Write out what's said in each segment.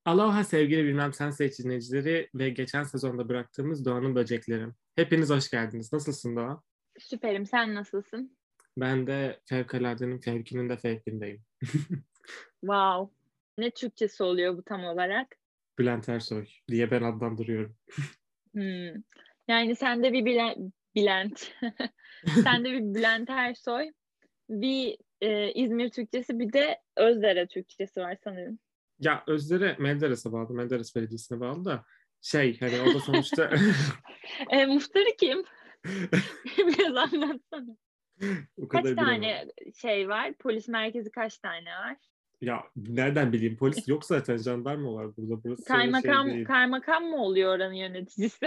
Aloha sevgili Bilmem Sense dinleyicileri ve geçen sezonda bıraktığımız Doğan'ın Böcekleri. Hepiniz hoş geldiniz. Nasılsın Doğa? Süperim. Sen nasılsın? Ben de fevkaladenin fevkinin de fevkindeyim. Wow. Ne Türkçesi oluyor bu tam olarak? Bülent Ersoy diye ben adlandırıyorum. Hmm. Yani sende bir Bülent. Sende bir Bülent Ersoy, bir İzmir Türkçesi, bir de Özdere Türkçesi var sanırım. Ya Özler'e Menderes'e bağlı, Menderes Belediyesi'ne bağlı da hani o da sonuçta Muhtarı kim? Biraz anlatsana. o Kaç kadar bilemem. tane şey var? Polis merkezi kaç tane var? Ya nereden bileyim, polis yok zaten, jandarma var burada. Burası öyle şey Kaymakam, değil. kaymakam mı oluyor oranın yöneticisi?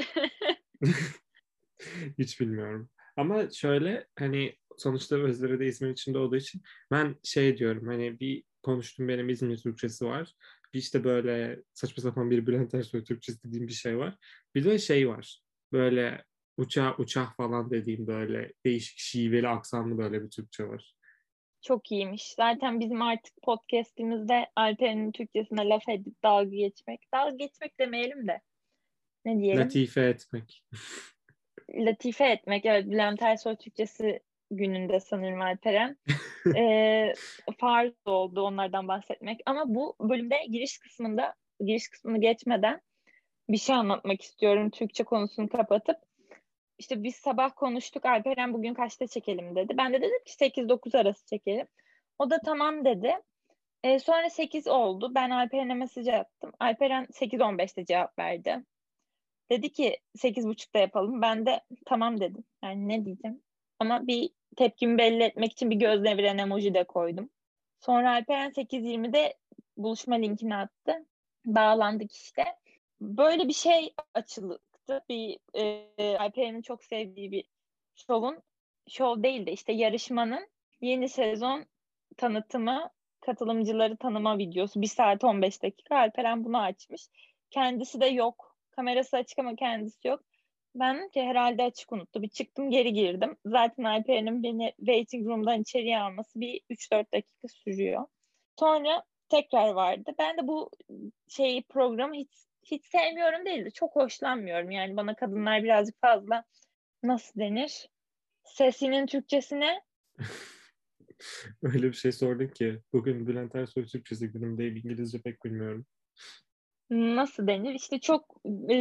Hiç bilmiyorum. Ama şöyle hani sonuçta Özdere de İzmir içinde olduğu için ben şey diyorum, hani bir konuştum, benim İzmir Türkçesi var. Bir işte böyle saçma sapan bir Bülent Ersoy Türkçesi dediğim bir şey var. Bir de şey var. Böyle uçak falan dediğim böyle değişik şiveli aksanlı böyle bir Türkçe var. Çok iyiymiş. Zaten bizim artık podcast'imizde Alper'in Türkçesine laf edip dalga geçmek. Dalga geçmek demeyelim de. Ne diyelim? Latife etmek. Latife etmek. Evet, Bülent Ersoy Türkçesi gününde sanırım Alperen. Farz oldu onlardan bahsetmek. Ama bu bölümde giriş kısmını geçmeden bir şey anlatmak istiyorum. Türkçe konusunu kapatıp. İşte biz sabah konuştuk. Alperen bugün kaçta çekelim dedi. Ben de dedim ki 8-9 arası çekelim. O da tamam dedi. Sonra 8 oldu. Ben Alperen'e mesaj attım. Alperen 8:15'te cevap verdi. Dedi ki 8:30'da yapalım. Ben de tamam dedim. Yani ne diyeceğim? Ama bir tepkimi belli etmek için bir göz deviren emoji de koydum. Sonra Alperen 8:20'de buluşma linkini attı. Bağlandık işte. Böyle bir şey açıldı. Alperen'in çok sevdiği bir şov değil de işte yarışmanın yeni sezon tanıtımı, katılımcıları tanıma videosu. 1 saat 15 dakika. Alperen bunu açmış. Kendisi de yok. Kamerası açık ama kendisi yok. Ben dedim ki herhalde açık unuttu. Bir çıktım, geri girdim. Zaten Alperen'in beni waiting room'dan içeriye alması bir 3-4 dakika sürüyor. Sonra tekrar vardı. Ben de bu programı hiç sevmiyorum değil de çok hoşlanmıyorum. Yani bana kadınlar birazcık fazla, nasıl denir? Sesinin Türkçesine Öyle bir şey sordun ki bugün Bülent Ersoy Türkçesi günümde İngilizce pek bilmiyorum. nasıl denir? İşte çok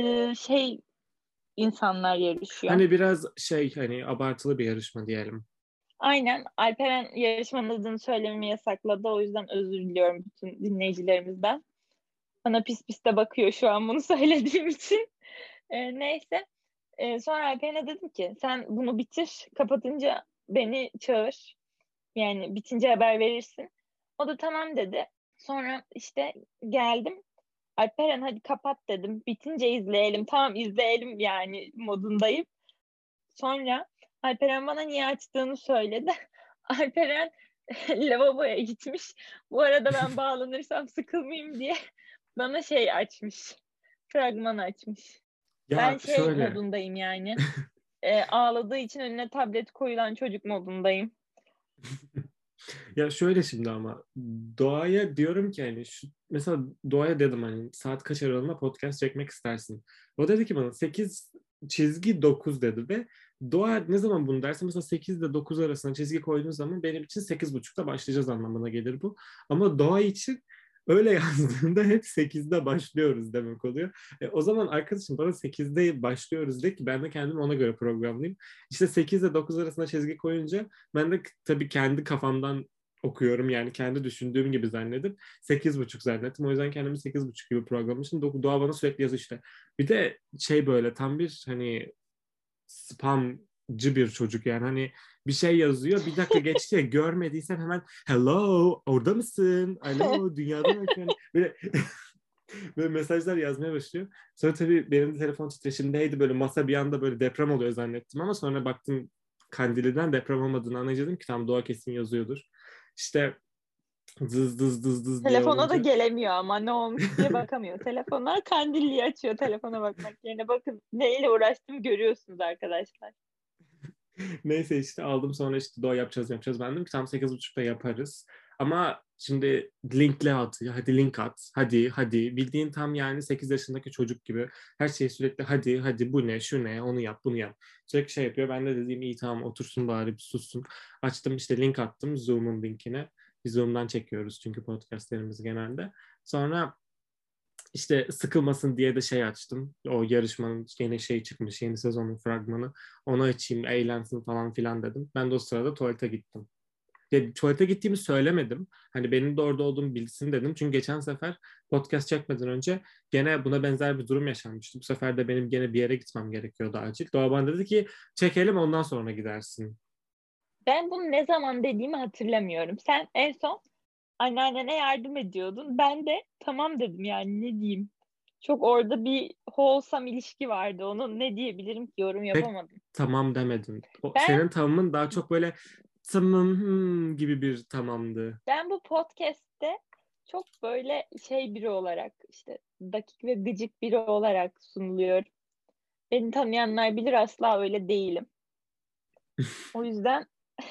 insanlar yarışıyor. Hani biraz hani abartılı bir yarışma diyelim. Aynen. Alperen yarışmanın adını söylememi yasakladı. O yüzden özür diliyorum bütün dinleyicilerimizden. Bana pis pis de bakıyor şu an bunu söylediğim için. Neyse. Sonra Alperen'e dedim ki sen bunu bitir. Kapatınca beni çağır. Yani bitince haber verirsin. O da tamam dedi. Sonra işte geldim. Alperen hadi kapat dedim. Bitince izleyelim. Tamam izleyelim yani modundayım. Sonra Alperen bana niye açtığını söyledi. Alperen lavaboya gitmiş. Bu arada ben bağlanırsam sıkılmayayım diye bana açmış. Fragman açmış. Ben Ya şöyle. modundayım yani. Ağladığı için önüne tablet koyulan çocuk modundayım. Ya şöyle şimdi ama Doğa'ya diyorum ki hani mesela Doğa'ya dedim hani saat kaç aralığında podcast çekmek istersin. O dedi ki bana 8,9 dedi ve Doğa ne zaman bunu derse mesela 8 ile 9 arasında çizgi koyduğun zaman benim için 8,5'ta başlayacağız anlamına gelir bu. Ama Doğa için öyle yazdığında hep 8'de başlıyoruz demek oluyor. O zaman arkadaşım bana 8'de başlıyoruz de ki ben de kendimi ona göre programlayayım. İşte 8 ile 9 arasında çizgi koyunca ben de tabii kendi kafamdan okuyorum, yani kendi düşündüğüm gibi zannedip 8,5 zannettim. O yüzden kendimi 8,5 gibi programlamışım. Doğa bana sürekli yazıyor işte. Bir de böyle tam bir hani spamcı bir çocuk, yani hani bir şey yazıyor, bir dakika geçti ya, görmediysen hemen hello orada mısın? Alo dünyada mı? Yani böyle böyle mesajlar yazmaya başlıyor. Sonra tabii benim de telefon titreşimdeydi, böyle masa bir anda böyle deprem oluyor zannettim ama sonra baktım Kandili'den deprem olmadığını anlayınca dedim ki tam Doğa kesin yazıyordur. İşte dız dız dız dız diye Telefona da olunca gelemiyor ama ne olmuş diye bakamıyor. Telefonlar kandilli açıyor telefona bakmak yerine. Bakın neyle uğraştım görüyorsunuz arkadaşlar. neyse işte aldım, sonra işte Doğa yapacağız. Ben dedim ki tam 8,5'ta yaparız. Ama şimdi linkle at, hadi link at, hadi. Bildiğin tam yani 8 yaşındaki çocuk gibi. Her şeyi sürekli hadi bu ne, şu ne, onu yap, bunu yap. Sürekli şey yapıyor. Ben de dediğim iyi tamam otursun bari bir sussun. Açtım işte link attım Zoom'un linkine. Biz Zoom'dan çekiyoruz çünkü podcastlerimizi genelde. Sonra işte sıkılmasın diye de şey açtım. O yarışmanın yeni şey çıkmış, yeni sezonun fragmanı. Onu açayım, eğlensin falan filan dedim. Ben de o sırada tuvalete gittim. Ya, tuvalete gittiğimi söylemedim. Hani benim de orada olduğumu bilsin dedim. Çünkü geçen sefer podcast çekmeden önce gene buna benzer bir durum yaşanmıştı. Bu sefer de benim gene bir yere gitmem gerekiyordu acil. Doğa bana dedi ki çekelim ondan sonra gidersin. Ben bunu ne zaman dediğimi hatırlamıyorum. Sen en son anneannene yardım ediyordun. Ben de tamam dedim, yani ne diyeyim. Çok orada bir wholesome ilişki vardı. Onu ne diyebilirim ki, yorum Pek yapamadım. tamam demedin. Ben Senin tamamın daha çok böyle tamam gibi bir tamamdı. ben bu podcast'te çok böyle şey biri olarak, işte dakik ve gıcık biri olarak sunuluyorum. Beni tanıyanlar bilir, asla öyle değilim. O yüzden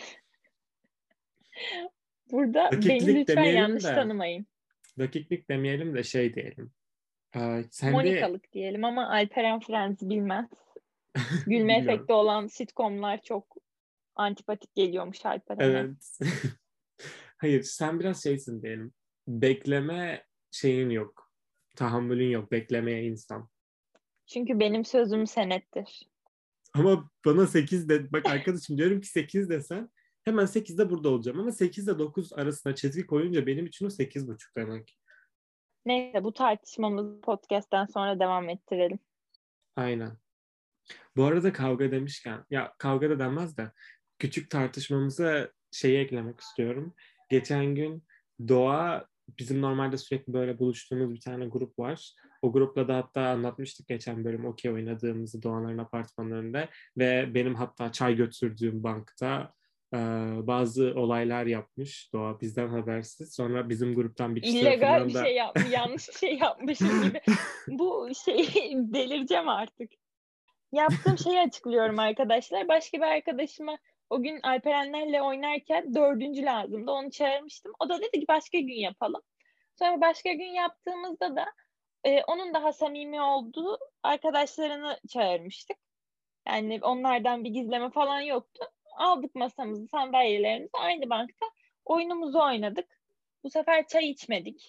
burada beni Dakiklik lütfen demeyelim yanlış de tanımayın. dakiklik demeyelim de şey diyelim. Sen de Monikalık diyelim ama Alperen Frens bilmez. Gülme bilmiyorum. efekti olan sitcomlar çok antipatik geliyormuş Alperen'e. Evet. Hayır, sen biraz şeysin diyelim. Bekleme şeyin yok. Tahammülün yok. Beklemeye insan. Çünkü benim sözüm senettir. Ama bana 8 de bak arkadaşım diyorum ki 8 desen hemen 8'de burada olacağım. Ama 8 ile 9 arasında çizgi koyunca benim için o 8,5 demek. Neyse, bu tartışmamızı podcast'ten sonra devam ettirelim. Aynen. Bu arada kavga demişken ya kavga da denmez de küçük tartışmamıza şeyi eklemek istiyorum. Geçen gün Doğa bizim normalde sürekli böyle buluştuğumuz bir tane grup var. O grupla da hatta anlatmıştık geçen bölüm okey oynadığımızı Doğanların apartmanlarında ve benim hatta çay götürdüğüm bankta e, bazı olaylar yapmış Doğa bizden habersiz. Sonra bizim gruptan bir kişi İllegal bir tarafından da şey yapmış, yanlış bir şey yapmışım gibi. Bu şey delireceğim artık. Yaptığım şeyi açıklıyorum arkadaşlar. Başka bir arkadaşıma o gün Alperenlerle oynarken dördüncü lazımdı. Onu çağırmıştım. O da dedi ki başka gün yapalım. Sonra başka gün yaptığımızda da onun daha samimi olduğu arkadaşlarını çağırmıştık. Yani onlardan bir gizleme falan yoktu. Aldık masamızı, sandalyelerimizi, aynı bankta oyunumuzu oynadık. Bu sefer çay içmedik.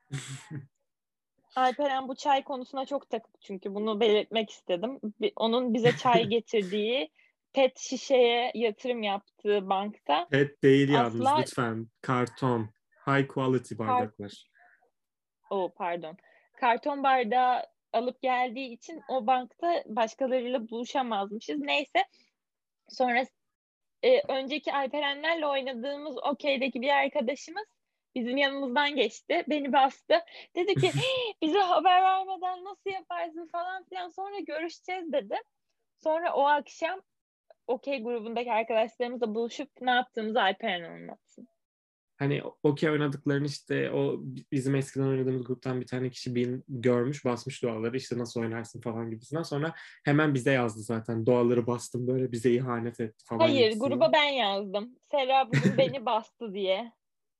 Alperen bu çay konusuna çok takık, çünkü bunu belirtmek istedim. Onun bize çay getirdiği pet şişeye yatırım yaptığı bankta pet değil yalnız asla lütfen karton high quality kar bardaklar. pardon, karton bardağı alıp geldiği için o bankta başkalarıyla buluşamazmışız. Neyse, sonra önceki Alperenlerle oynadığımız okeydeki bir arkadaşımız bizim yanımızdan geçti. Beni bastı. Dedi ki bize haber vermeden nasıl yaparsın falan filan, sonra görüşeceğiz dedi. Sonra o akşam okey grubundaki arkadaşlarımızla buluşup ne yaptığımızı Alperen anlatsın. Hani okey oynadıklarını işte o bizim eskiden oynadığımız gruptan bir tane kişi görmüş basmış duaları işte nasıl oynarsın falan gibisinden. Sonra hemen bize yazdı zaten duaları bastım böyle bize ihanet etti falan Hayır, gibisinden. gruba ben yazdım. Serra bugün beni bastı diye.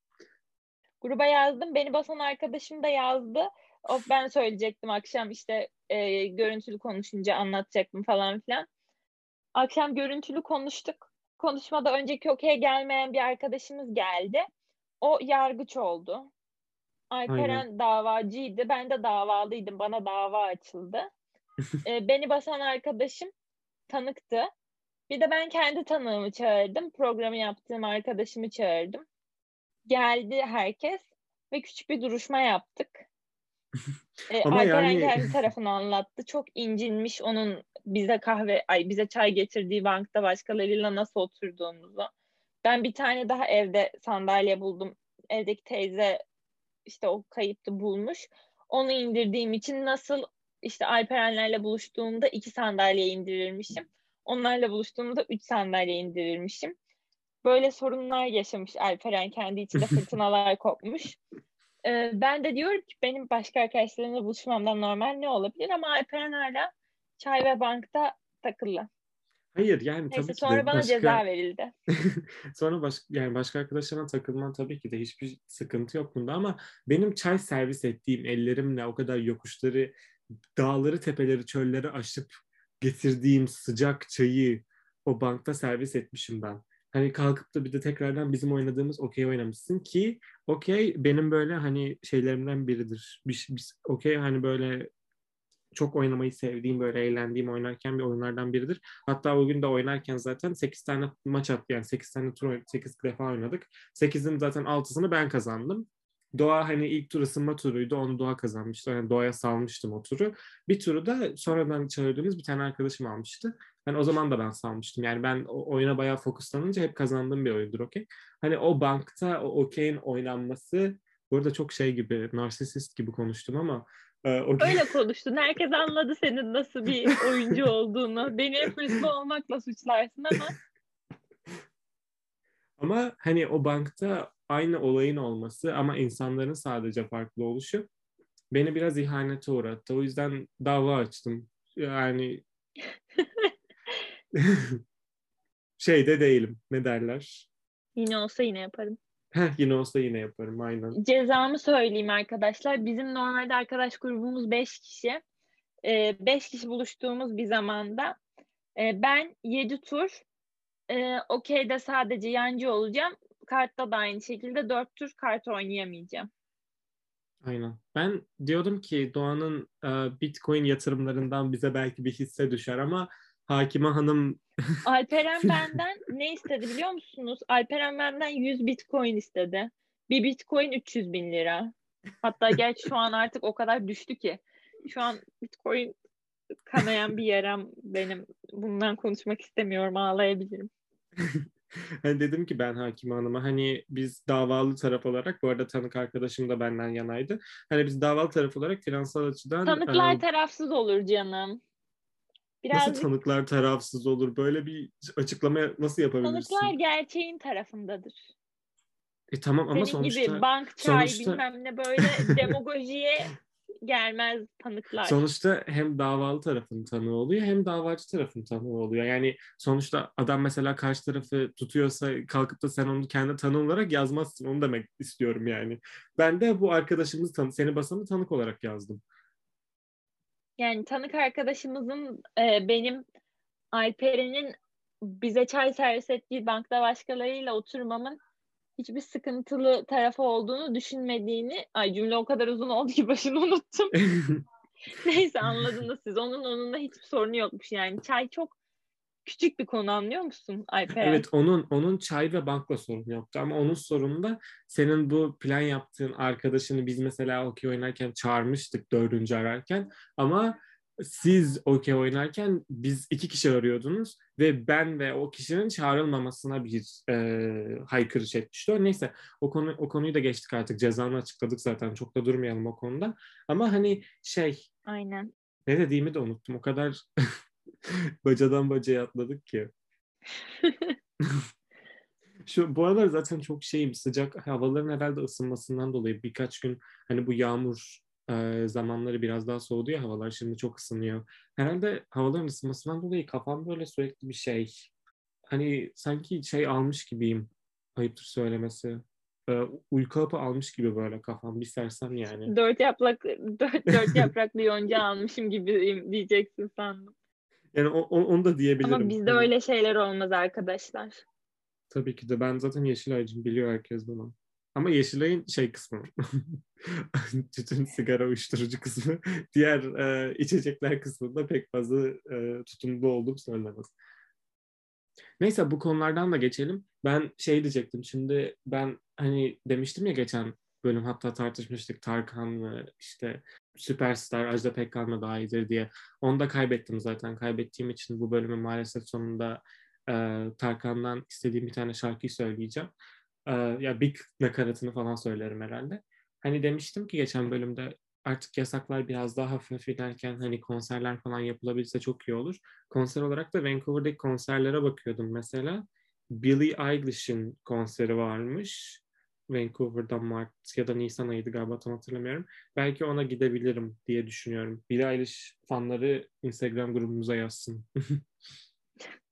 Gruba yazdım. Beni basan arkadaşım da yazdı. Ben söyleyecektim akşam, işte görüntülü konuşunca anlatacaktım falan filan. Akşam görüntülü konuştuk. Konuşmada önceki okey'e gelmeyen bir arkadaşımız geldi. O yargıç oldu. Aynen. Alperen davacıydı. Ben de davalıydım. Bana dava açıldı. Beni basan arkadaşım tanıktı. Bir de ben kendi tanığımı çağırdım. Programı yaptığım arkadaşımı çağırdım. Geldi herkes ve küçük bir duruşma yaptık. Ama Alperen yani kendi tarafını anlattı. Çok incinmiş onun bize çay getirdiği bankta başkalarıyla nasıl oturduğumuzu. Ben bir tane daha evde sandalye buldum. Evdeki teyze işte o kayıptı, bulmuş. Onu indirdiğim için nasıl işte Alperenlerle buluştuğumda 2 sandalye indirirmişim. Onlarla buluştuğumda 3 sandalye indirirmişim. Böyle sorunlar yaşamış Alperen, kendi içinde fırtınalar kopmuş. Ben de diyorum ki benim başka arkadaşlarımla buluşmamdan normal ne olabilir, ama Alperen hala çay ve bankta takılı. Hayır yani Neyse tabii ki sonra de bana ceza başka verildi. sonra yani başka arkadaşlarına takılman tabii ki de hiçbir sıkıntı yok bunda ama benim çay servis ettiğim ellerimle o kadar yokuşları, dağları, tepeleri, çölleri aşıp getirdiğim sıcak çayı o bankta servis etmişim ben. Hani kalkıp da bir de tekrardan bizim oynadığımız okey oynamışsın ki okey benim böyle hani şeylerimden biridir. Okey hani böyle çok oynamayı sevdiğim, böyle eğlendiğim, oynarken bir oyunlardan biridir. Hatta o gün de oynarken zaten 8 tane maç attı. Yani 8 tane tur, 8 defa oynadık. 8'in zaten 6'sını ben kazandım. Doğa hani ilk tur ısınma turuydu. Onu Doğa kazanmıştı. Yani Doğa'ya salmıştım o turu. Bir turu da sonradan çağırdığımız bir tane arkadaşım almıştı. Hani o zaman da ben salmıştım. Yani ben o oyuna bayağı fokuslanınca hep kazandığım bir oyundur okey. Hani o bankta o okeyin oynanması, bu arada çok şey gibi, narsisist gibi konuştum ama okey. Öyle konuştun. Herkes anladı senin nasıl bir oyuncu olduğunu. Beni hep hırslı olmakla suçlarsın ama Ama hani o bankta aynı olayın olması ama insanların sadece farklı oluşu beni biraz ihanete uğrattı. O yüzden dava açtım. Yani şeyde değilim. Ne derler? yine olsa yine yaparım. Yine olsa yine yaparım aynen. Cezamı söyleyeyim arkadaşlar. Bizim normalde arkadaş grubumuz 5 kişi. 5 kişi buluştuğumuz bir zamanda ben 7 tur okeyde sadece yancı olacağım. Kartta da aynı şekilde 4 tur kart oynayamayacağım. Aynen. Ben diyordum ki Doğan'ın Bitcoin yatırımlarından bize belki bir hisse düşer ama Hakime Hanım Alperen benden ne istedi biliyor musunuz? Alperen benden 100 Bitcoin istedi. Bir Bitcoin 300 bin lira. Hatta gerçi şu an artık o kadar düştü ki. Şu an Bitcoin kanayan bir yaram benim. Bundan konuşmak istemiyorum, ağlayabilirim. Hani dedim ki ben Hakime Hanım'a hani biz davalı taraf olarak, bu arada tanık arkadaşım da benden yanaydı. Hani biz davalı taraf olarak finansal açıdan Tanıklar tarafsız olur canım. nasıl Birazcık tanıklar tarafsız olur? Böyle bir açıklama nasıl tanıklar yapabilirsin? gerçeğin tarafındadır. Tamam ama Senin gibi sonuçta bank çay sonuçta bilmem ne böyle demagojiye gelmez tanıklar. sonuçta hem davalı tarafın tanığı oluyor hem davacı tarafın tanığı oluyor. Yani sonuçta adam mesela karşı tarafı tutuyorsa kalkıp da sen onu kendi tanığı olarak yazmazsın. Onu demek istiyorum yani. Ben de bu arkadaşımız seni basanı tanık olarak yazdım. Yani tanık arkadaşımızın benim Alperen'in bize çay servis ettiği bankta başkalarıyla oturmamın hiçbir sıkıntılı tarafı olduğunu düşünmediğini, ay cümle o kadar uzun oldu ki başını unuttum. Neyse anladınız siz. Onunla hiçbir sorunu yokmuş yani. Çay çok küçük bir konu anlıyor musun Alperen? Evet, onun çay ve bankla sorunu yoktu ama onun sorunu da senin bu plan yaptığın arkadaşını biz mesela okey oynarken çağırmıştık dördüncü ararken ama siz okey oynarken biz iki kişi arıyordunuz ve ben ve o kişinin çağrılmamasına bir haykırış etmişti. Neyse o konuyu da geçtik, artık cezanı açıkladık zaten, çok da durmayalım o konuda. Ama hani Aynen. ne dediğimi de unuttum, o kadar bacadan bacaya atladık ki. Bu aralar zaten çok şeyim, sıcak havaların herhalde ısınmasından dolayı birkaç gün hani bu yağmur zamanları biraz daha soğudu ya, havalar şimdi çok ısınıyor. Herhalde havaların ısınmasından dolayı kafam böyle sürekli bir şey. Hani sanki şey almış gibiyim. Ayıptır söylemesi. Uyku hapı almış gibi böyle kafam bir sersem yani. Dört yapraklı yonca almışım gibi diyeceksin sandım. Yani onu da Ama diyebilirim. bizde Hani öyle şeyler olmaz arkadaşlar. tabii ki de ben zaten Yeşilay'cım, biliyor herkes bunu. Ama Yeşilay'ın şey kısmı. Tütün, sigara, uyuşturucu kısmı. Diğer içecekler kısmında pek fazla tutumlu olduğum söylenemez. Neyse bu konulardan da geçelim. Ben şey diyecektim. Şimdi ben hani demiştim ya geçen bölüm, hatta tartışmıştık Tarkan mı işte Süperstar Ajda Pekkan mı daha iyidir diye. Onu da kaybettim zaten. Kaybettiğim için bu bölümün maalesef sonunda Tarkan'dan istediğim bir tane şarkıyı söyleyeceğim. Ya bir nakaratını falan söylerim herhalde. Hani demiştim ki geçen bölümde artık yasaklar biraz daha hafif inerken hani konserler falan yapılabilirse çok iyi olur. Konser olarak da Vancouver'daki konserlere bakıyordum mesela. Billie Eilish'in konseri varmış. Vancouver'da Mart ya da Nisan ayıydı galiba, tam hatırlamıyorum. Belki ona gidebilirim diye düşünüyorum. Billie Eilish fanları Instagram grubumuza yazsın.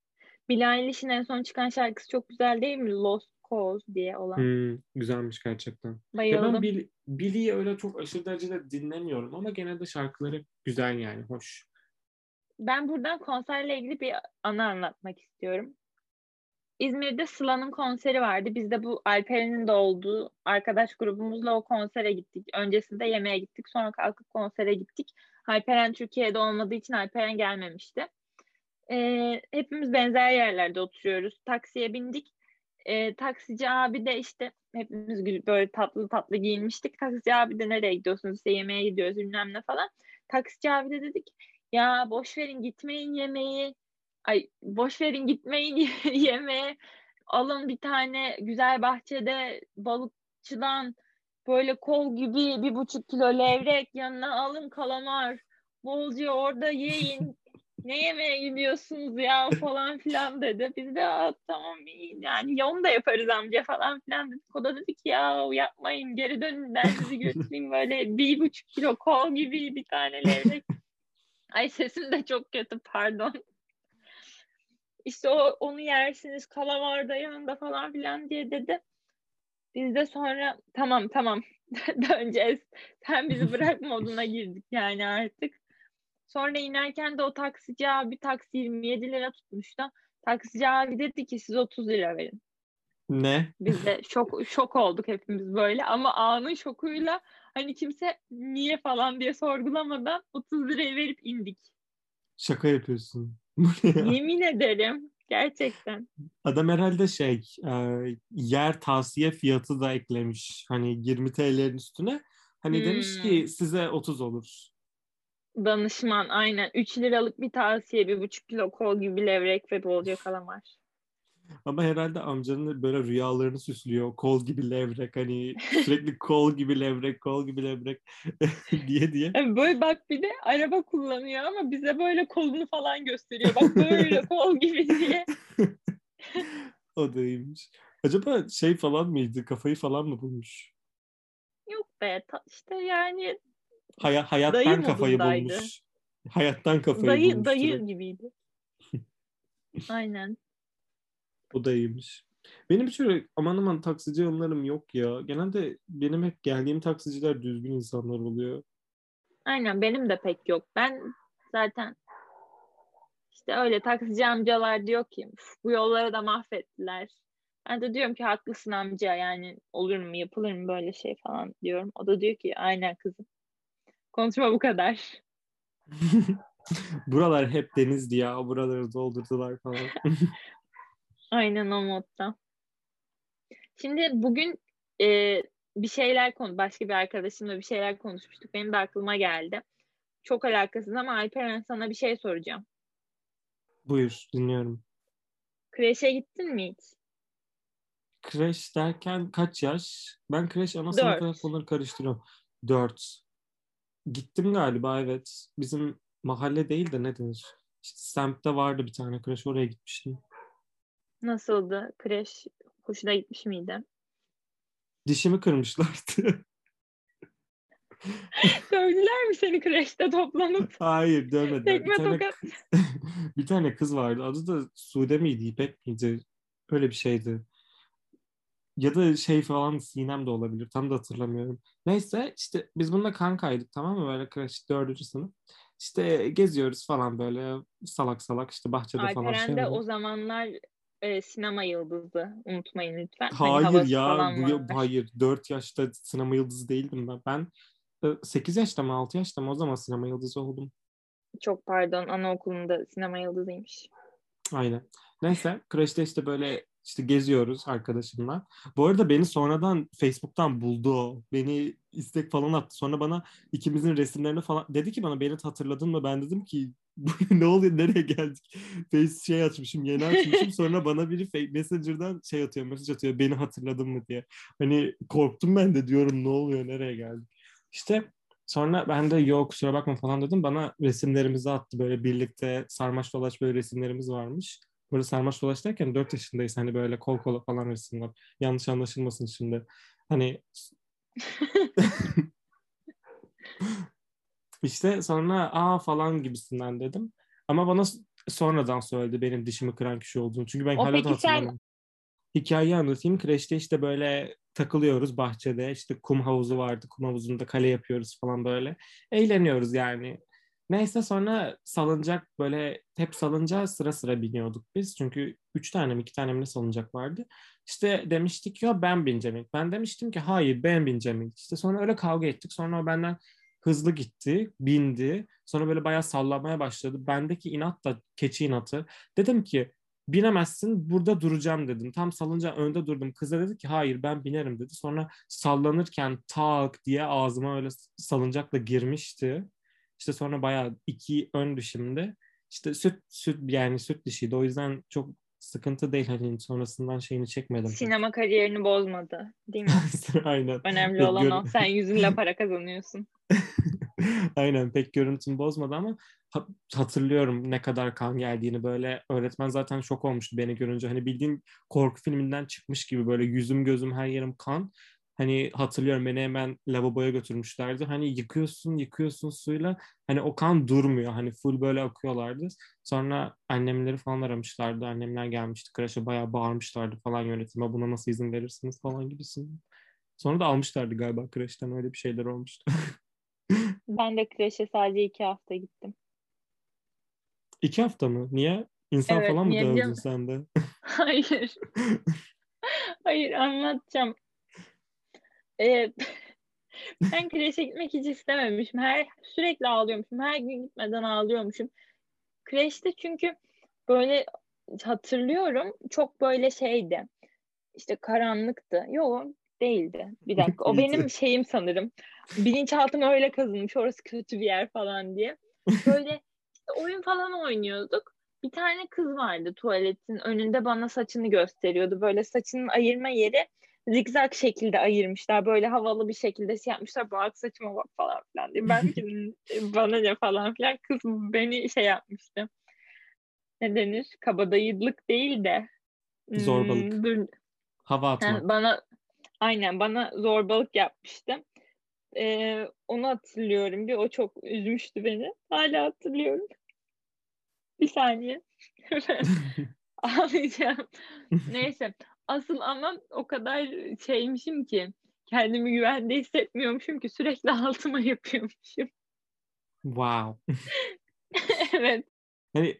Billie Eilish'in en son çıkan şarkısı çok güzel değil mi? Lost Cause diye olan. Güzelmiş gerçekten. Ya ben Bayıldım. Billie'yi öyle çok aşırı derecede dinlemiyorum ama genelde şarkıları güzel yani, hoş. Ben buradan konserle ilgili bir anı anlatmak istiyorum. İzmir'de Sıla'nın konseri vardı. Biz de bu Alperen'in de olduğu arkadaş grubumuzla o konsere gittik. Öncesinde yemeğe gittik. Sonra kalkıp konsere gittik. Alperen Türkiye'de olmadığı için Alperen gelmemişti. Hepimiz benzer yerlerde oturuyoruz. Taksiye bindik. Taksici abi de işte hepimiz böyle tatlı tatlı giyinmiştik. Taksici abi de nereye gidiyorsunuz? İşte yemeğe gidiyoruz bilmem ne falan. Taksici abi de dedik ya boş verin gitmeyin yemeği. Ay boş verin gitmeyin yemeğe. Alın bir tane güzel bahçede balıkçıdan böyle kol gibi 1,5 kilo levrek, yanına alın kalamar. Bolca orada yiyin. Ne yemeğe gidiyorsunuz ya falan filan dedi. Biz de tamam iyi yani ya onu da yaparız amca falan filan dedik. O da dedi ki ya yapmayın geri dönün ben sizi götüreyim böyle 1,5 kilo kol gibi bir tane levrek. Ay sesim de çok kötü pardon. İşte onu yersiniz kalamar da yanında falan filan diye dedi. Biz de sonra tamam tamam döneceğiz. Sen bizi bırak moduna girdik yani artık. Sonra inerken de o taksici abi taksi 27 lira tutmuştu. Taksici abi dedi ki siz 30 lira verin. Ne? Biz de şok olduk hepimiz böyle ama anın şokuyla hani kimse niye falan diye sorgulamadan 30 lirayı verip indik. Şaka yapıyorsun. Bu ne ya? Yemin ederim gerçekten. Adam herhalde yer tavsiye fiyatı da eklemiş. Hani 20 TL'nin üstüne. Hani demiş Hmm, ki size 30 olur. danışman aynen 3 liralık bir tavsiye 1,5 kilo kol gibi levrek ve bolca kalamar. Ama herhalde amcanın böyle rüyalarını süslüyor. Kol gibi levrek, hani sürekli kol gibi levrek, kol gibi levrek diye diye. Böyle bak bir de araba kullanıyor ama bize böyle kolunu falan gösteriyor. Bak böyle kol gibi diye. O da iyiymiş. Acaba şey falan mıydı? Kafayı falan mı bulmuş? Yok be işte yani dayı Hayattan kafayı modundaydı. bulmuş. Hayattan kafayı Dayı bulmuş dayı direkt. gibiydi. Aynen. O da iyiymiş. Benim şöyle aman aman taksici anılarım yok ya. Genelde benim hep geldiğim taksiciler düzgün insanlar oluyor. Aynen benim de pek yok. Ben zaten işte öyle taksici amcalar diyor ki "Üf, bu yolları da mahvettiler." Ben de diyorum ki haklısın amca yani olur mu yapılır mı böyle şey falan diyorum. O da diyor ki aynen kızım. Konuşma bu kadar. Buralar hep denizdi ya. Buraları doldurdular falan. Aynen o modda. Şimdi bugün e, bir şeyler başka bir arkadaşımla bir şeyler konuşmuştuk. Benim de aklıma geldi. Çok alakasız ama Alperen sana bir şey soracağım. Buyur, dinliyorum. Kreşe gittin mi hiç? Crash derken kaç yaş? Ben Crash ana sınıfı hep 4. onları karıştırıyorum. 4. Gittim galiba, evet. Bizim mahalle değil de ne denir? İşte semtte vardı bir tane Crash, oraya gitmiştim. Nasıldı? Kreş hoşuna gitmiş miydi? Dişimi kırmışlardı. Dövdüler mi seni kreşte toplanıp? Hayır, dövmediler. Bir Tekme tane tokat. bir tane kız vardı. Adı da Sude miydi, İpek miydi? Öyle bir şeydi. Ya da şey falan, Sinem de olabilir. Tam da hatırlamıyorum. Neyse işte biz bununla kankaydık, tamam mı? Böyle karışık 4. sınıf. İşte geziyoruz falan böyle salak salak, işte bahçede falan şey Alperen de oluyor. o zamanlar sinema yıldızı. Unutmayın lütfen. Hani Hayır havası ya, falan var. hayır, 4 yaşta sinema yıldızı değildim ben. Ben 8 yaşta mı 6 yaşta mı o zaman sinema yıldızı oldum. Çok pardon anaokulunda sinema yıldızıymış. Aynen. Neyse Crash'te işte böyle işte geziyoruz arkadaşımla. Bu arada beni sonradan Facebook'tan buldu o. Beni istek falan attı. Sonra bana ikimizin resimlerini falan dedi ki bana, beni hatırladın mı? Ben dedim ki ne oluyor, nereye geldik? Face şey açmışım, yeni açmışım. Sonra bana biri Messenger'dan şey atıyor, mesaj atıyor, beni hatırladın mı diye. Hani korktum ben de, diyorum ne oluyor, nereye geldik? İşte sonra ben de yok kusura bakma falan dedim. Bana resimlerimizi attı, böyle birlikte sarmaş dolaş böyle resimlerimiz varmış. Böyle sarmaş dolaş derken 4 yaşındayız, hani böyle kol kola falan resimler. Yanlış anlaşılmasın şimdi. Hani işte sonra aa falan gibisinden dedim. Ama bana sonradan söyledi benim dişimi kıran kişi olduğunu. Çünkü ben O hala da peki sen hatırlamıyorum. Hikayeyi anlatayım. Kreşte işte böyle takılıyoruz bahçede. İşte kum havuzu vardı. Kum havuzunda kale yapıyoruz falan böyle. Eğleniyoruz yani. Neyse sonra salıncak böyle hep salıncağa sıra sıra biniyorduk biz. Çünkü 3 tane mi 2 tane mi ne salıncak vardı. İşte demiştik ya ben bineceğim ilk. Ben demiştim ki hayır ben bineceğim ilk. İşte sonra öyle kavga ettik. Sonra o benden hızlı gitti, bindi. Sonra böyle bayağı sallamaya başladı. Bendeki inat da keçi inatı. Dedim ki binemezsin burada duracağım dedim. Tam salınca önde durdum. Kız da dedi ki hayır ben binerim dedi. Sonra sallanırken tak diye ağzıma öyle salıncakla girmişti. İşte sonra bayağı iki ön dişimde. İşte süt yani süt dişiydi. O yüzden çok sıkıntı değil. Hani sonrasından şeyini çekmedim pek. sinema kariyerini bozmadı, değil mi? Aynen. Önemli Pek olan o. Sen yüzünle para kazanıyorsun. Aynen pek görüntüm bozmadı ama hatırlıyorum ne kadar kan geldiğini böyle öğretmen zaten şok olmuştu beni görünce. Hani bildiğin korku filminden çıkmış gibi böyle yüzüm gözüm her yerim kan. Hani hatırlıyorum beni hemen lavaboya götürmüşlerdi. Hani yıkıyorsun suyla hani o kan durmuyor. Hani full böyle akıyorlardı. Sonra annemleri falan aramışlardı. Annemler gelmişti. Kreşe bayağı bağırmışlardı falan yönetime. Buna nasıl izin verirsiniz falan gibisinden. Sonra da almışlardı galiba kreşten öyle bir şeyler olmuştu. Ben de kreşe sadece 2 hafta gittim. 2 hafta mı? Niye? İnsan Evet, falan mı niye biliyor dövdün musun? sen de? Hayır. Hayır, anlatacağım. Ee, ben kreşe gitmek hiç istememişim. Sürekli ağlıyormuşum. Her gün gitmeden ağlıyormuşum. Kreşte çünkü böyle hatırlıyorum, çok böyle şeydi. İşte karanlıktı. Yok, değildi. Bir dakika. O benim İyice. şeyim sanırım. Bilinçaltıma öyle kazınmış. Orası kötü bir yer falan diye. Böyle işte oyun falan oynuyorduk. Bir tane kız vardı tuvaletin önünde, bana saçını gösteriyordu. Böyle saçının ayırma yeri zigzag şekilde ayırmışlar. Böyle havalı bir şekilde şey yapmışlar. Bak saçıma bak falan filan diye. Ben ki bana ne falan filan. Kız beni şey yapmıştı. Ne denir? Kabadayılık değil de Zorbalık. dur. Hava Ha, atmak. bana zorbalık yapmıştı. Onu hatırlıyorum. O çok üzmüştü beni. Hala hatırlıyorum. Bir saniye. Ağlayacağım. Neyse. Asıl ama o kadar şeymişim ki, kendimi güvende hissetmiyormuşum ki sürekli altıma yapıyormuşum. Wow. Evet. Hani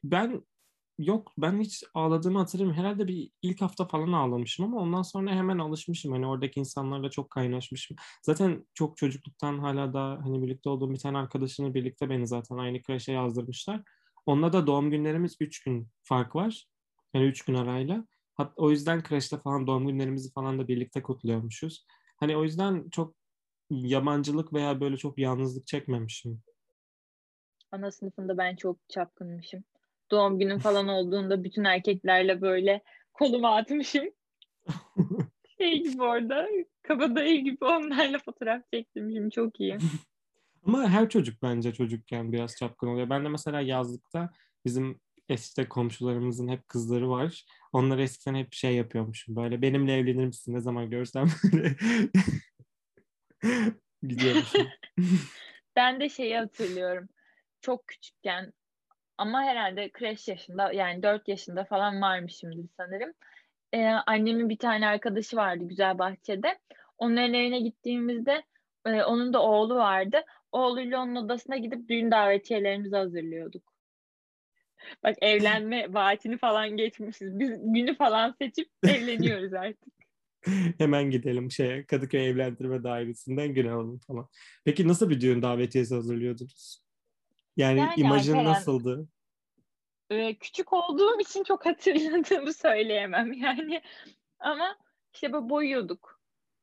ben hiç ağladığımı hatırlamıyorum. Herhalde bir ilk hafta falan ağlamışım ama ondan sonra hemen alışmışım. Hani oradaki insanlarla çok kaynaşmışım. Zaten çok çocukluktan hala da hani birlikte olduğum bir tane arkadaşımla birlikte beni zaten aynı kreşe yazdırmışlar. Onunla da doğum günlerimiz 3 gün fark var. Yani 3 gün arayla. O yüzden kreşte falan doğum günlerimizi falan da birlikte kutluyormuşuz. Hani o yüzden çok yabancılık veya böyle çok yalnızlık çekmemişim. Ana sınıfında ben çok çapkınmışım. Doğum günüm falan olduğunda bütün erkeklerle böyle kolumu atmışım. Şey gibi orada, kabadayı gibi onlarla fotoğraf çektirmişim. Çok iyi. Ama her çocuk bence çocukken biraz çapkın oluyor. Ben de mesela yazlıkta bizim işte komşularımızın hep kızları var. Onlara eskiden hep şey yapıyormuşum. Böyle benimle evlenir misin ne zaman görsem böyle gidiyormuşum. Ben de şeyi hatırlıyorum. Çok küçükken, ama herhalde kreş yaşında, yani 4 yaşında falan varmışımdır sanırım. Annemin bir tane arkadaşı vardı Güzelbahçe'de. Onların evine gittiğimizde onun da oğlu vardı. Oğluyla onun odasına gidip düğün davetiyelerimizi hazırlıyorduk. Bak, evlenme vaatini falan geçmişiz. Biz günü falan seçip evleniyoruz artık. Hemen gidelim Kadıköy Evlendirme Dairesi'nden gün alalım falan. Peki nasıl bir düğün davetiyesi hazırlıyordunuz? Yani Yani imajın Alperen, nasıldı? küçük olduğum için çok hatırladığımı söyleyemem yani. Ama işte böyle boyuyorduk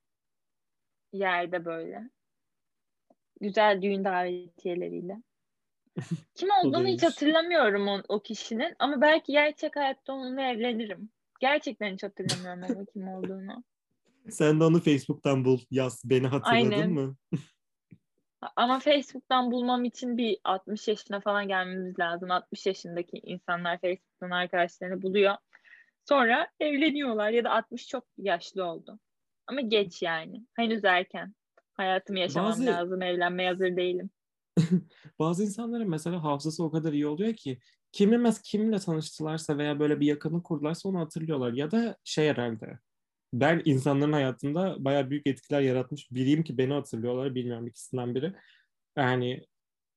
yerde böyle. Güzel düğün davetiyeleriyle. Kim O da olduğunu hiç iyiymiş. hatırlamıyorum o kişinin, ama belki gerçek hayatta onunla evlenirim. Gerçekten hiç hatırlamıyorum ama kim olduğunu. Sen de onu Facebook'tan bul, yaz. Beni hatırladın Aynen. mı? Ama Facebook'tan bulmam için bir 60 yaşına falan gelmemiz lazım. 60 yaşındaki insanlar Facebook'tan arkadaşlarını buluyor. Sonra evleniyorlar, ya da 60 çok yaşlı oldu. Ama geç yani. Henüz erken. Hayatımı yaşamam Bazı lazım. Evlenmeye hazır değilim. bazı insanların mesela hafızası o kadar iyi oluyor ki kiminle tanıştılarsa veya böyle bir yakınlık kurdularsa onu hatırlıyorlar. Ya da şey herhalde. Ben insanların hayatında bayağı büyük etkiler yaratmış biriyim ki beni hatırlıyorlar. Bilmiyorum, ikisinden biri. Yani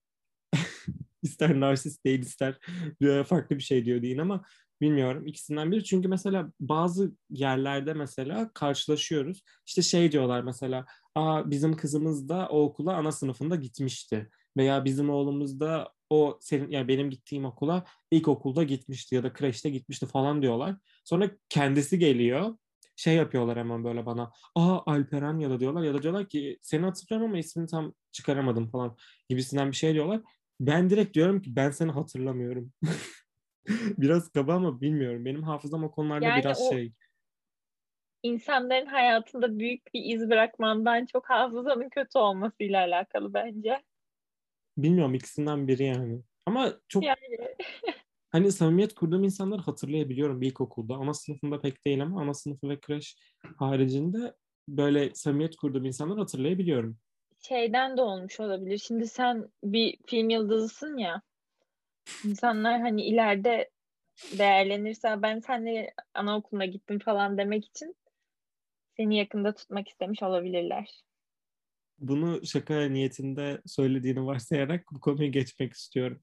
ister narsist değil, ister farklı bir şey diyor deyin ama bilmiyorum, ikisinden biri. Çünkü mesela bazı yerlerde mesela karşılaşıyoruz. İşte şey diyorlar mesela, bizim kızımız da o okula ana sınıfında gitmişti. Veya bizim oğlumuz da o senin, yani benim gittiğim okula ilkokulda gitmişti ya da kreşte gitmişti falan diyorlar. Sonra kendisi geliyor. Şey yapıyorlar hemen böyle bana. Alperen ya da diyorlar, ya da diyorlar ki seni hatırlıyorum ama ismini tam çıkaramadım falan gibisinden bir şey diyorlar. Ben direkt diyorum ki ben seni hatırlamıyorum. Biraz kaba ama bilmiyorum. Benim hafızam o konularda Yani biraz o şey. insanların hayatında büyük bir iz bırakmandan çok hafızanın kötü olmasıyla alakalı bence. Bilmiyorum, ikisinden biri yani. Ama çok Yani hani samimiyet kurduğum insanları hatırlayabiliyorum ilkokulda. Ana sınıfında pek değil ama ana sınıfı ve kreş haricinde böyle samimiyet kurduğum insanları hatırlayabiliyorum. şeyden de olmuş olabilir. Şimdi sen bir film yıldızısın ya. İnsanlar hani ileride değerlenirse ben seninle anaokuluna gittim falan demek için seni yakında tutmak istemiş olabilirler. Bunu şaka niyetinde söylediğini varsayarak bu konuyu geçmek istiyorum.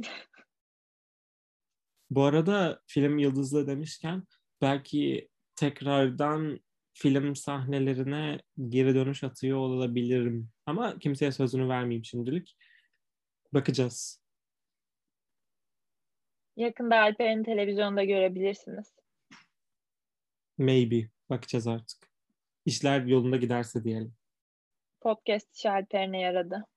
Bu arada film yıldızlığı demişken belki tekrardan film sahnelerine geri dönüş atıyor olabilirim. Ama kimseye sözünü vermeyeyim şimdilik. Bakacağız. Yakında Alper'in televizyonda görebilirsiniz. Maybe. Bakacağız artık. İşler yolunda giderse diyelim. Podcast işi Alper'ine yaradı.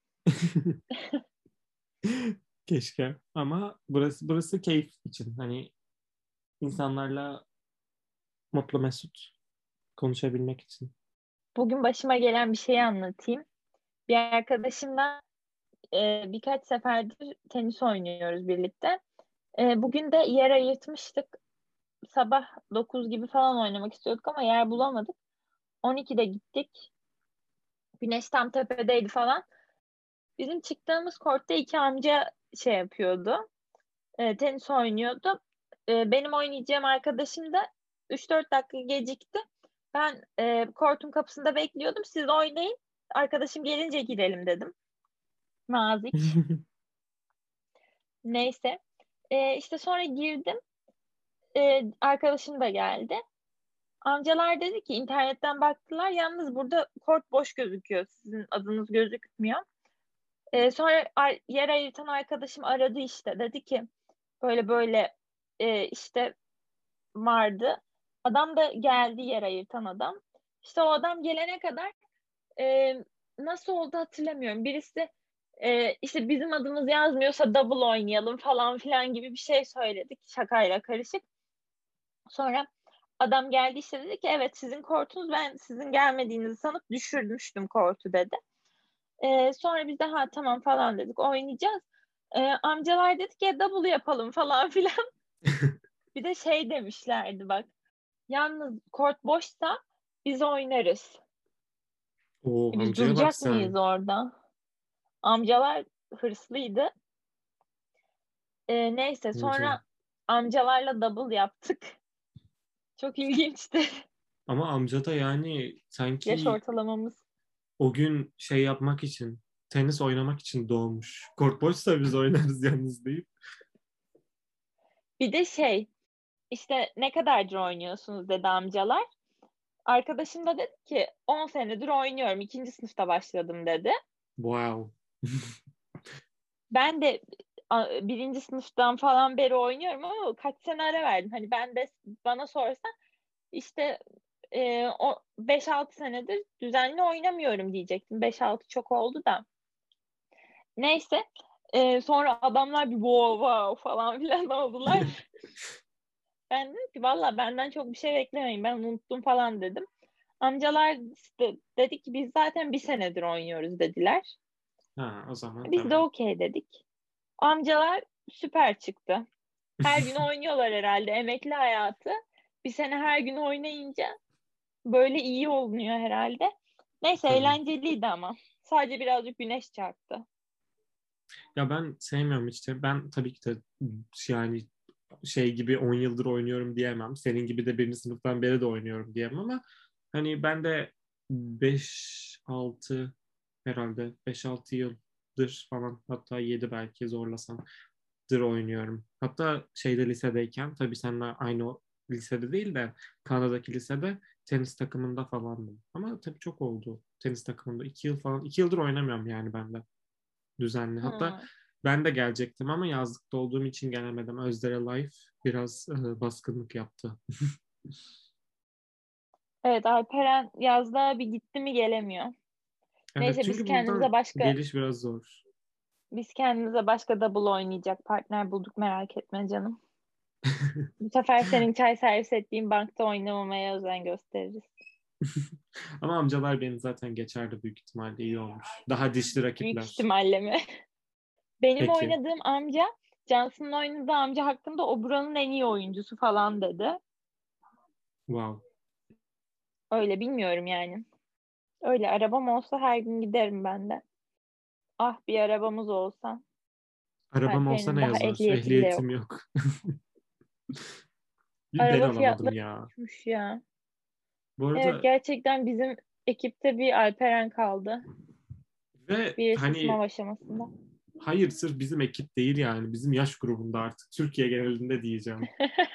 Keşke. Ama burası keyif için. Hani insanlarla mutlu mesut konuşabilmek için. Bugün başıma gelen bir şeyi anlatayım. Bir arkadaşımla birkaç seferdir tenis oynuyoruz birlikte. Bugün de yer ayırtmıştık. Sabah 9 gibi falan oynamak istiyorduk ama yer bulamadık. 12'de gittik. Güneş tam tepedeydi falan. Bizim çıktığımız kortta iki amca şey yapıyordu. Tenis oynuyordu. Benim oynayacağım arkadaşım da 3-4 dakika gecikti. Ben kortun kapısında bekliyordum. Siz oynayın. Arkadaşım gelince girelim dedim. Nazik. Neyse. İşte sonra girdim. Arkadaşım da geldi. Amcalar dedi ki internetten baktılar. Yalnız burada kort boş gözüküyor. Sizin adınız gözükmüyor. Sonra yer ayırtan arkadaşım aradı işte. Dedi ki böyle böyle işte vardı. Adam da geldi, yer ayırtan adam. İşte o adam gelene kadar e, nasıl oldu hatırlamıyorum. Birisi işte bizim adımız yazmıyorsa double oynayalım falan filan gibi bir şey söyledik. Şakayla karışık. Sonra adam geldi işte dedi ki evet sizin kortunuz, ben sizin gelmediğinizi sanıp düşürmüştüm kortu dedi. Sonra biz de ha tamam falan dedik, oynayacağız. Amcalar dedi ki double yapalım falan filan. Bir de şey demişlerdi bak. Yalnız kort boşsa biz oynarız. Biz Amcaya bak duracak mıyız sen. orada? Amcalar hırslıydı. Neyse Amca. sonra amcalarla double yaptık. Çok ilginçti. Ama amca da yani Yaş sanki ortalamamız. o gün şey yapmak için, tenis oynamak için doğmuş. Kort boşsa biz oynarız yalnız deyip. Bir de şey işte ne kadardır oynuyorsunuz dedi amcalar. Arkadaşım da dedi ki 10 senedir oynuyorum. İkinci sınıfta başladım dedi. Wow. Ben de birinci sınıftan falan beri oynuyorum ama kaç sene ara verdim. Hani ben de bana sorsan işte o 5-6 senedir düzenli oynamıyorum diyecektim. 5-6 çok oldu da. Neyse. Sonra adamlar bir wow wow falan filan oldular. Ben dedim ki valla benden çok bir şey beklemeyin. Ben unuttum falan dedim. Amcalar işte dedi ki biz zaten bir senedir oynuyoruz dediler. Ha, o zaman Biz de tamam. okey dedik. Amcalar süper çıktı. Her gün oynuyorlar herhalde, emekli hayatı. Bir sene her gün oynayınca böyle iyi olunuyor herhalde. Neyse Tabii. eğlenceliydi ama. Sadece birazcık güneş çarptı. Ya ben sevmiyorum işte. Ben tabii ki de yani şey gibi 10 yıldır oynuyorum diyemem. Senin gibi de birinci sınıftan beri de oynuyorum diyemem ama hani ben de 5-6 herhalde 5-6 yıldır falan, hatta 7 belki zorlasam oynuyorum. Hatta şeyde lisedeyken, tabii seninle aynı lisede değil de Kanada'daki lisede tenis takımında falandım. Ama tabii çok oldu tenis takımında. 2 yıl falan. 2 yıldır oynamıyorum yani ben de düzenli. Hatta Hmm. ben de gelecektim ama yazlıkta olduğum için gelemedim. Özdere Life biraz baskınlık yaptı. Evet, Alperen yazda bir gitti mi gelemiyor. Evet, Neyse çünkü buradan geliş biraz zor. biz kendimize başka double oynayacak partner bulduk, merak etme canım. Bu sefer senin çay servis ettiğin bankta oynamamaya özen gösteririz. Ama amcalar beni zaten geçerdi büyük ihtimalle, iyi olmuş. Daha dişli Büyük rakipler. ihtimalle mi? Benim Peki. oynadığım amca, Johnson'ın oynadığı amca hakkında o buranın en iyi oyuncusu falan dedi. Wow. Öyle bilmiyorum yani. Öyle arabam olsa her gün giderim ben de. Ah, bir arabamız olsa. Arabam olsa ne Alperen'in daha yazar? ehliyeti bile Ehliyetim yok. yok. Ben Araba alamadım fiyatları ya. uçmuş ya. Bu Evet, arada gerçekten bizim ekipte bir Alperen kaldı. ve Birisi sınav hani aşamasında. hayır, sırf bizim ekip değil yani. Bizim yaş grubunda artık. Türkiye genelinde diyeceğim.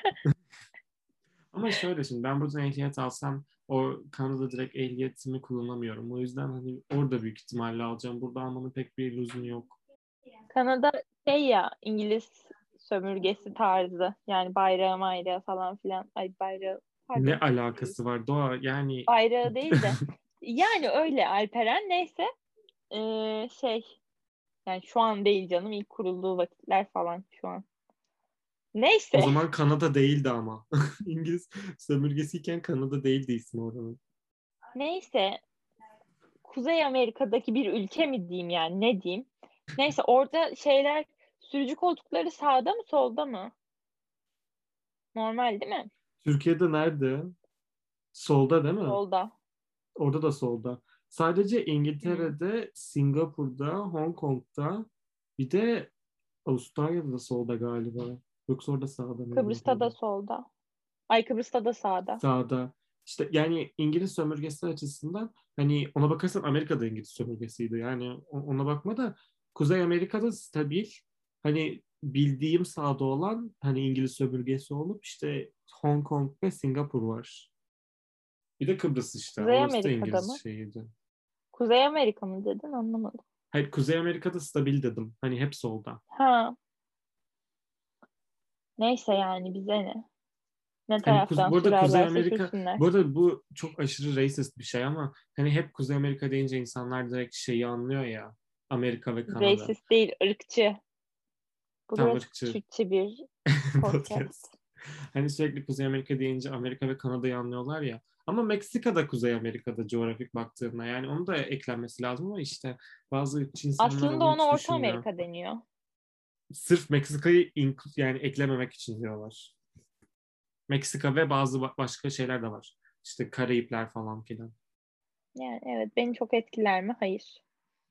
Ama şöyle, şimdi ben buradan ehliyet alsam o Kanada direkt ehliyetimi kullanamıyorum. O yüzden hani orada büyük ihtimalle alacağım. Burada almanın pek bir lüzumu yok. Kanada şey ya, İngiliz sömürgesi tarzı. Yani bayrağı mayrağı falan filan. Ay, bayrağı, Ne pardon. alakası var Doğa? Yani Bayrağı değil de. Yani öyle Alperen, neyse. Şey, yani şu an değil canım, ilk kurulduğu vakitler falan şu an. o Neyse. zaman Kanada değildi ama. İngiliz sömürgesiyken Kanada değildi ismi oranın. Neyse. Kuzey Amerika'daki bir ülke mi diyeyim, yani ne diyeyim. Neyse, orada şeyler, sürücü koltukları sağda mı solda mı? Normal değil mi? Türkiye'de nerede? Solda değil mi? Solda. Orada da solda. Sadece Hmm. İngiltere'de, Singapur'da, Hong Kong'da, bir de Avustralya'da da solda galiba. Yoksa orada sağda mıydı Kıbrıs'ta da bilmiyorum. solda. Ay, Kıbrıs'ta da sağda. Sağda. İşte yani İngiliz sömürgesi açısından hani ona bakarsan Amerika'da İngiliz sömürgesiydi. Yani ona bakma da Kuzey Amerika'da stabil, hani bildiğim sağda olan hani İngiliz sömürgesi olup işte Hong Kong ve Singapur var. Bir de Kıbrıs işte. Kuzey Orası da Amerika'da İngiliz mı? şeyiydi. Kuzey Amerika mı dedin, anlamadım. Hayır, Kuzey Amerika'da stabil dedim. Hani hep solda. Ha, neyse yani bize ne? Ne Hani taraftan bu arada Kuzey sürerlerse Amerika, bu sürsünler. arada bu çok aşırı racist bir şey ama hani hep Kuzey Amerika deyince insanlar direkt şeyi anlıyor ya. Amerika ve Kanada. Racist değil, ırkçı. Tam Burası ırkçı Türkçe bir podcast. podcast. Hani sürekli Kuzey Amerika deyince Amerika ve Kanada'yı anlıyorlar ya. Ama Meksika da Kuzey Amerika'da coğrafik baktığında, yani onu da eklenmesi lazım ama işte bazı ırkçı insanlar Aslında onu ona hiç Orta düşünmüyor. Amerika deniyor. Sırf Meksika'yı yani eklememek için diyorlar. Meksika ve bazı başka şeyler de var. İşte Karayipler falan filan. Yani evet, beni çok etkiler mi? Hayır.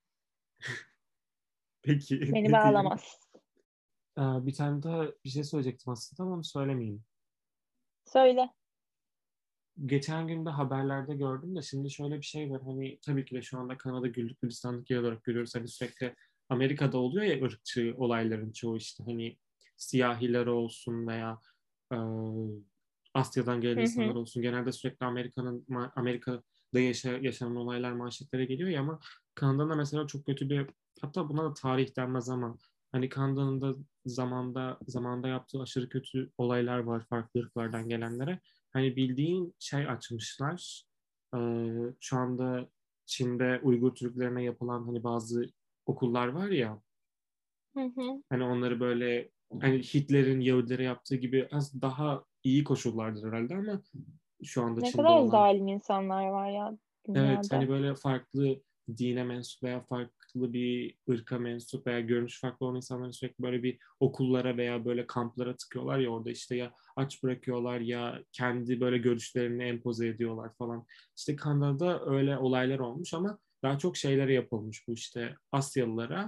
Peki Beni ne diyelim? bağlamaz. Bir tane daha bir şey söyleyecektim aslında ama onu söylemeyeyim. Söyle. Geçen gün de haberlerde gördüm de şimdi şöyle bir şey var. Hani tabii ki de şu anda Kanada güllük gülistanlık yer olarak görüyoruz. Hani sürekli Amerika'da oluyor ya ırkçı olayların çoğu, işte hani siyahiler olsun veya e, Asya'dan gelen Hı insanlar hı. olsun. Genelde sürekli Amerika'da yaşanan olaylar manşetlere geliyor ya, ama Kanada'nın da mesela çok kötü bir, hatta buna da tarih denmez ama hani Kanada'nın da zamanda yaptığı aşırı kötü olaylar var farklı ırklardan gelenlere. Hani bildiğin şey açmışlar. Şu anda Çin'de Uygur Türklerine yapılan hani bazı okullar var ya, Hı hı. hani onları böyle, hani Hitler'in Yahudilere yaptığı gibi az daha iyi koşullardır herhalde ama şu anda Ne Çin'de kadar olan. zalim insanlar var ya Evet, hani dünyada. böyle farklı dine mensup veya farklı bir ırka mensup veya görünüş farklı olan insanları sürekli böyle bir okullara veya böyle kamplara tıkıyorlar ya, orada işte ya aç bırakıyorlar ya kendi böyle görüşlerini empoze ediyorlar falan. İşte Kanada'da öyle olaylar olmuş ama daha çok şeylere yapılmış bu, işte Asyalılara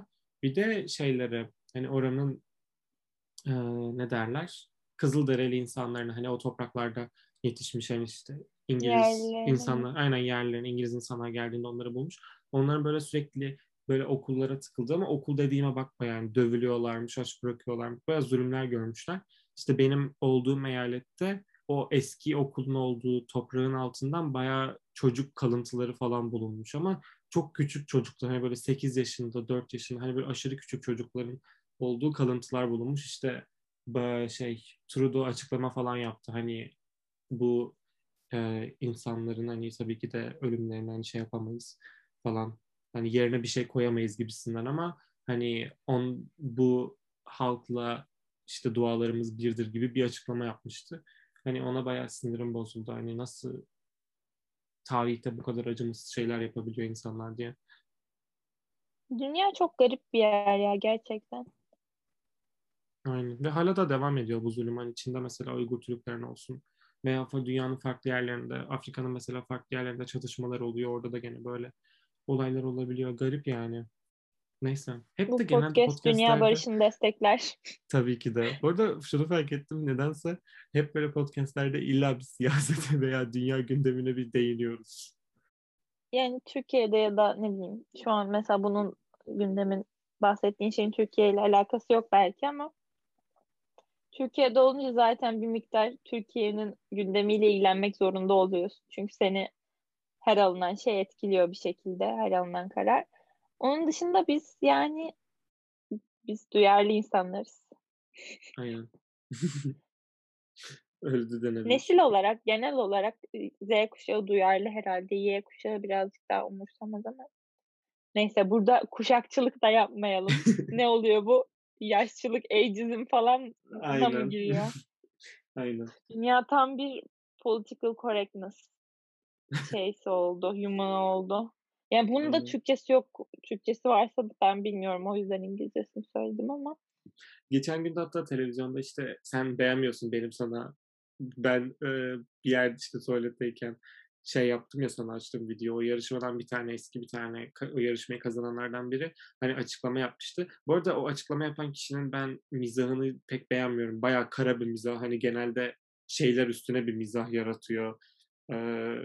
Bir de şeyleri hani oranın ne derler? Kızılderili insanların hani o topraklarda yetişmiş hani işte İngiliz Yerlilerin. insanlar, aynen yerlilerin İngiliz insanlar geldiğinde onları bulmuş. Onların böyle sürekli böyle okullara tıkıldı ama okul dediğime bakma yani dövülüyorlarmış, aç bırakıyorlarmış. Bayağı zulümler görmüşler. İşte benim olduğum eyalette o eski okulun olduğu toprağın altından bayağı çocuk kalıntıları falan bulunmuş ama çok küçük çocuklar hani böyle 8 yaşında, 4 yaşında hani böyle aşırı küçük çocukların olduğu kalıntılar bulunmuş. İşte Trudeau açıklama falan yaptı. Hani bu insanların hani tabii ki de ölümlerine hani şey yapamayız falan. Hani yerine bir şey koyamayız gibisinden ama hani bu halkla işte dualarımız birdir gibi bir açıklama yapmıştı. Hani ona bayağı sinirim bozuldu. Hani nasıl tarihte bu kadar acımasız şeyler yapabiliyor insanlar diye. Dünya çok garip bir yer ya gerçekten. Aynen. Ve hala da devam ediyor bu zulüm. Hani Çin'de mesela Uygur Türklerin olsun. Veya dünyanın farklı yerlerinde, Afrika'nın mesela farklı yerlerinde çatışmalar oluyor. Orada da gene böyle olaylar olabiliyor. Garip yani. Neyse. Hep Bu de genelde podcast dünya podcastlerde barışını destekler. tabii ki de. Bu arada şunu fark ettim. Nedense hep böyle podcastlerde illa bir siyasete veya dünya gündemine bir değiniyoruz. Yani Türkiye'de ya da ne bileyim şu an mesela bunun gündemin bahsettiğin şeyin Türkiye ile alakası yok belki ama Türkiye'de olunca zaten bir miktar Türkiye'nin gündemiyle ilgilenmek zorunda oluyorsun. Çünkü seni her alınan şey etkiliyor bir şekilde, her alınan karar. Onun dışında biz duyarlı insanlarız. Aynen. Öyle de denebilir. Nesil olarak, genel olarak Z kuşağı duyarlı herhalde. Y kuşağı birazcık daha umursamaz ama. Neyse burada kuşakçılık da yapmayalım. Ne oluyor bu? Yaşçılık, ageism falan da mı Aynen. giriyor? Aynen. Dünya tam bir political correctness şeysi oldu, human oldu. Yani bunun da Aynen. Türkçesi yok. Türkçesi varsa da ben bilmiyorum. O yüzden İngilizcesini söyledim ama. Geçen gün de hatta televizyonda işte sen beğenmiyorsun benim sana ben bir yerde işte tuvaletteyken şey yaptım ya sana açtım video. O yarışmadan bir tane eski bir tane o yarışmayı kazananlardan biri hani açıklama yapmıştı. Bu arada o açıklama yapan kişinin ben mizahını pek beğenmiyorum. Bayağı kara bir mizah. Hani genelde şeyler üstüne bir mizah yaratıyor. E,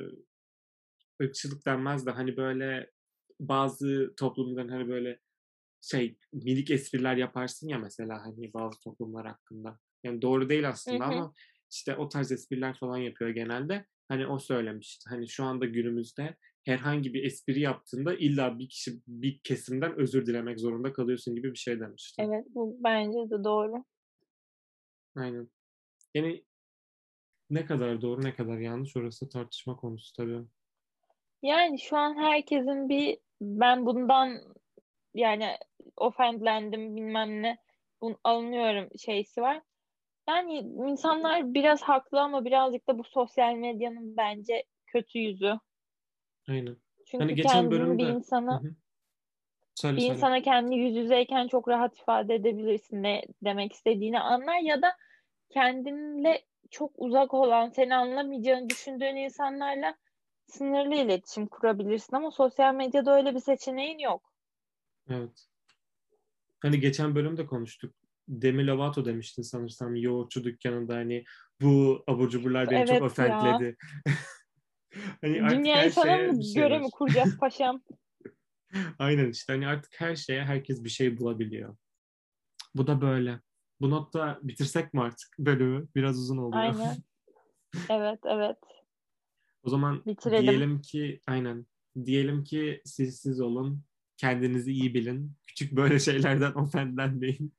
ırkçılık denmez de hani böyle bazı toplumların hani böyle minik espriler yaparsın ya mesela hani bazı toplumlar hakkında. Yani doğru değil Hı aslında hı. ama işte o tarz espriler falan yapıyor genelde. Hani o söylemişti. Hani şu anda günümüzde herhangi bir espri yaptığında illa bir kişi bir kesimden özür dilemek zorunda kalıyorsun gibi bir şey demişti. Evet, bu bence de doğru. Aynen. Yani ne kadar doğru ne kadar yanlış orası tartışma konusu tabii. Yani şu an herkesin bir ben bundan yani ofendlendim bilmem ne bunu alınıyorum şeysi var. Yani insanlar biraz haklı ama birazcık da bu sosyal medyanın bence kötü yüzü. Aynen. Hani Çünkü geçen kendini bölümde hı hı. Söyle bir söyle. insana kendini yüz yüzeyken çok rahat ifade edebilirsin ne demek istediğini anlar ya da kendinle çok uzak olan, seni anlamayacağını düşündüğün insanlarla sınırlı iletişim kurabilirsin ama sosyal medyada öyle bir seçeneğin yok. Evet. Hani geçen bölümde konuştuk. Demi Lovato demiştin sanırsam yoğurtçu dükkanında hani bu abur cuburlar beni çok Evet ya. ofendledi. Hani artık Dünyayı her sana şeye bir mı göre mi şeyler. kuracağız paşam? Aynen işte hani artık her şeye herkes bir şey bulabiliyor. Bu da böyle. Bu notta bitirsek mi artık bölümü? Biraz uzun oluyor. Aynen. Evet, evet. O zaman Bitirelim. diyelim ki aynen. Diyelim ki siz olun. Kendinizi iyi bilin. Küçük böyle şeylerden ofendlenmeyin.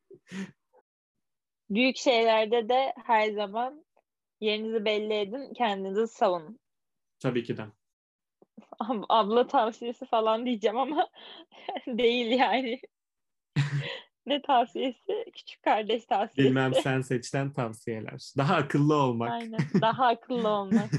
Büyük şeylerde de her zaman yerinizi belli edin, kendinizi savunun. Tabii ki de. Abla tavsiyesi falan diyeceğim ama değil yani. Ne tavsiyesi? Küçük kardeş Bilmem tavsiyesi. sen seçten tavsiyeler. Daha akıllı olmak. Aynen. Daha akıllı olmak.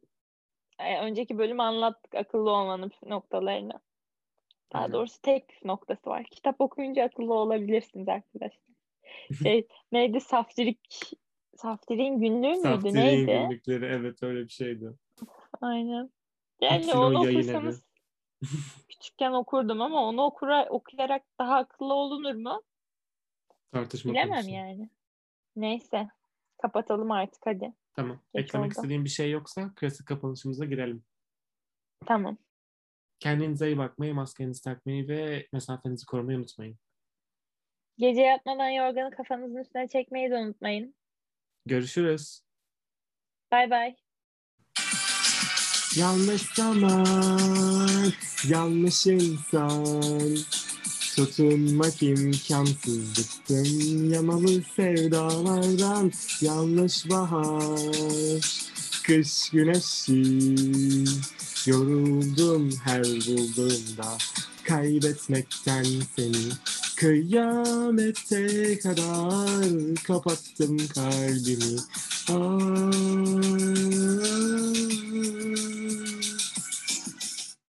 Önceki bölüm anlattık akıllı olmanın püf noktalarını. Daha Aynen. doğrusu tek püf noktası var. Kitap okuyunca akıllı olabilirsiniz arkadaşlar. Neydi? Saftir'in günlüğü müydü? Saftir'in Neydi? günlükleri evet öyle bir şeydi. Aynen. Yani Ipsilon onu yayın evi. okursanız küçükken okurdum ama onu okuyarak daha akıllı olunur mu? Tartışma Bilemem konusu. yani. Neyse. Kapatalım artık hadi. Tamam. Geç Eklemek oldu. istediğim bir şey yoksa klasik kapanışımıza girelim. Tamam. Kendinize iyi bakmayı, maskenizi takmayı ve mesafenizi korumayı unutmayın. Gece yatmadan yorganı kafanızın üstüne çekmeyi de unutmayın. Görüşürüz. Bay bay. Yanlış zaman, yanlış insan. Tutunmak imkansızlıktım. Yamalı sevdalardan yanlış bahar. Kış güneşi, yoruldum her bulduğumda. Kaybetmekten seni kıyamete kadar kapattım kalbimi.